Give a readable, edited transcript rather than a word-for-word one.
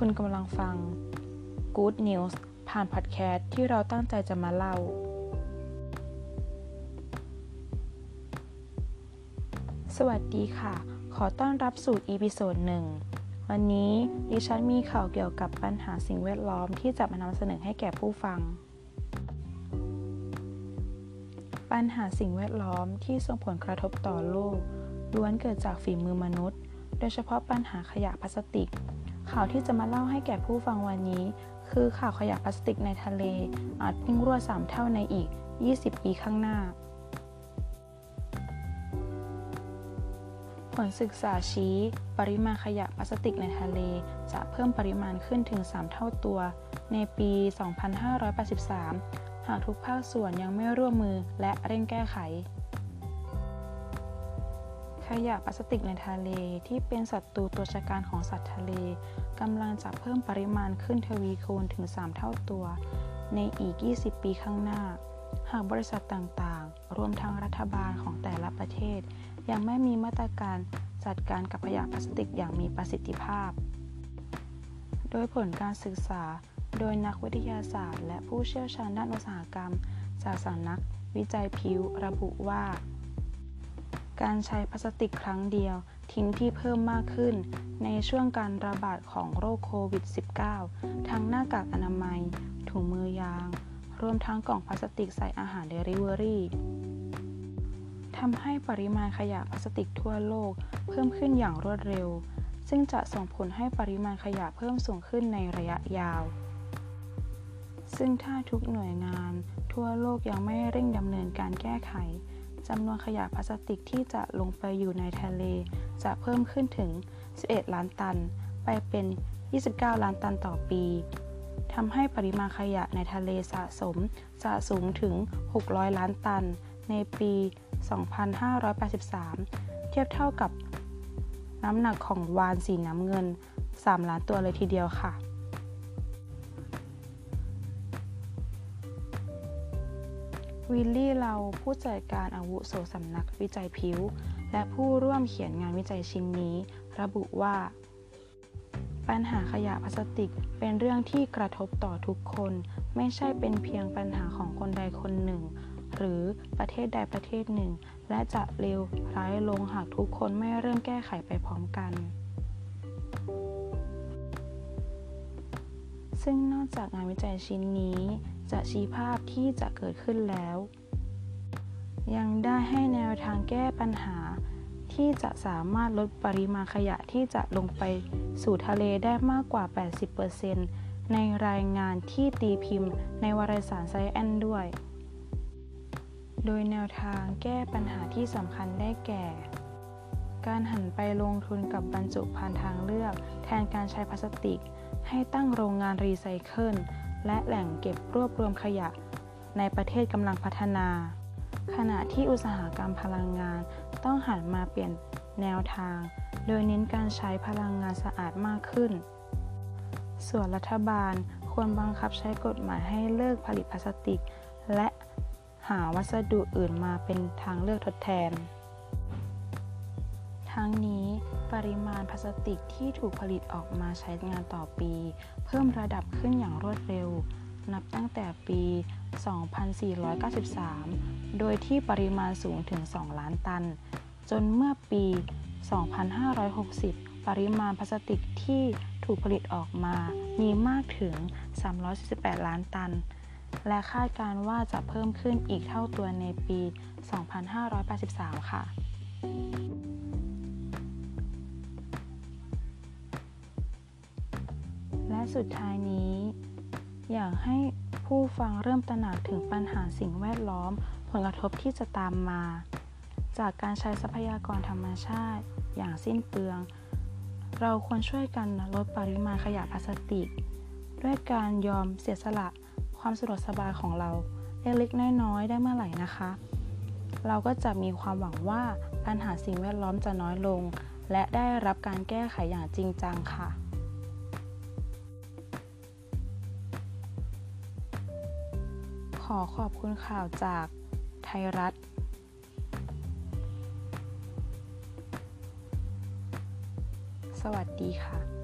คุณกำลังฟัง Good News ผ่านพอดแคสต์ที่เราตั้งใจจะมาเล่าสวัสดีค่ะ ขอต้อนรับสู่อีพิโซด 1 วันนี้ดิฉันมีข่าวเกี่ยวกับปัญหาสิ่งแวดล้อมที่จะมานำเสนอให้แก่ผู้ฟัง ปัญหาสิ่งแวดล้อมที่ส่งผลกระทบต่อโลกล้วนเกิดจากฝีมือมนุษย์โดยเฉพาะปัญหาขยะพลาสติกข่าวที่จะมาเล่าให้แก่ผู้ฟังวันนี้คือข่าวขยะพลาสติกในทะเลอาจพุ่งรวด3 เท่าในอีก 20 ปีข้างหน้าผลศึกษาชี้ปริมาณขยะพลาสติกในทะเลจะเพิ่มปริมาณขึ้นถึง 3 เท่าตัวในปี 2583 หากทุกภาคส่วนยังไม่ร่วมมือและเร่งแก้ไขขยะพลาสติกในทะเลที่เป็นศัตรูตัวฉกาจของสัตว์ทะเลกำลังจะเพิ่มปริมาณขึ้นทวีคูณถึง 3 เท่าตัวในอีก 20 ปีข้างหน้าหากบริษัทต่างๆรวมทั้งรัฐบาลของแต่ละประเทศยังไม่มีมาตรการจัดการกับขยะพลาสติกอย่างมีประสิทธิภาพโดยผลการศึกษาโดยนักวิทยาศาสตร์และผู้เชี่ยวชาญด้านอุตสาหกรรมจากสำนักวิจัยพิวระบุว่าการใช้พลาสติกครั้งเดียวทิ้งที่เพิ่มมากขึ้นในช่วงการระบาดของโรคโควิด -19 ทั้งหน้ากากอนามัยถุงมือยางรวมทั้งกล่องพลาสติกใส่อาหารเดลิเวอรี่ทำให้ปริมาณขยะพลาสติกทั่วโลกเพิ่มขึ้นอย่างรวดเร็วซึ่งจะส่งผลให้ปริมาณขยะเพิ่มสูงขึ้นในระยะยาวซึ่งถ้าทุกหน่วยงานทั่วโลกยังไม่เร่งดำเนินการแก้ไขจำนวนขยะพลาสติกที่จะลงไปอยู่ในทะเลจะเพิ่มขึ้นถึง 11 ล้านตันไปเป็น 29 ล้านตันต่อปีทำให้ปริมาณขยะในทะเลจะสูงถึง 600 ล้านตันในปี 2583 เทียบเท่ากับน้ำหนักของวาฬสีน้ำเงิน 3 ล้านตัวเลยทีเดียวค่ะวิลลี่เราผู้จัดการอาวุโสสำนักวิจัยพิวและผู้ร่วมเขียนงานวิจัยชิ้นนี้ระบุว่าปัญหาขยะพลาสติกเป็นเรื่องที่กระทบต่อทุกคนไม่ใช่เป็นเพียงปัญหาของคนใดคนหนึ่งหรือประเทศใดประเทศหนึ่งและจะเลวร้ายลงหากทุกคนไม่เริ่มแก้ไขไปพร้อมกันซึ่งนอกจากงานวิจัยชิ้นนี้จะชี้ภาพที่จะเกิดขึ้นแล้วยังได้ให้แนวทางแก้ปัญหาที่จะสามารถลดปริมาณขยะที่จะลงไปสู่ทะเลได้มากกว่า 80% ในรายงานที่ตีพิมพ์ในวารสาร Science ด้วยโดยแนวทางแก้ปัญหาที่สำคัญได้แก่การหันไปลงทุนกับบรรจุภัณฑ์ทางเลือกแทนการใช้พลาสติกให้ตั้งโรงงานรีไซเคิลและแหล่งเก็บรวบรวมขยะในประเทศกำลังพัฒนาขณะที่อุตสาหกรรมพลังงานต้องหันมาเปลี่ยนแนวทางโดยเน้นการใช้พลังงานสะอาดมากขึ้นส่วนรัฐบาลควรบังคับใช้กฎหมายให้เลิกผลิตพลาสติกและหาวัสดุอื่นมาเป็นทางเลือกทดแทนทั้งนี้ปริมาณพลาสติกที่ถูกผลิตออกมาใช้งานต่อปีเพิ่มระดับขึ้นอย่างรวดเร็วนับตั้งแต่ปี 2493 โดยที่ปริมาณสูงถึง 2 ล้านตันจนเมื่อปี 2560 ปริมาณพลาสติกที่ถูกผลิตออกมามีมากถึง 348 ล้านตันและคาดการณ์ว่าจะเพิ่มขึ้นอีกเท่าตัวในปี 2583 ค่ะและสุดท้ายนี้อยากให้ผู้ฟังเริ่มตระหนักถึงปัญหาสิ่งแวดล้อมผลกระทบที่จะตามมาจากการใช้ทรัพยากรธรรมชาติอย่างสิ้นเปลืองเราควรช่วยกันลดปริมาณขยะพลาสติกด้วยการยอมเสียสละความสะดวกสบายของเราเล็กๆน้อยๆได้เมื่อไหร่นะคะเราก็จะมีความหวังว่าปัญหาสิ่งแวดล้อมจะน้อยลงและได้รับการแก้ไขอย่างจริงจังค่ะขอขอบคุณข่าวจากไทยรัฐสวัสดีค่ะ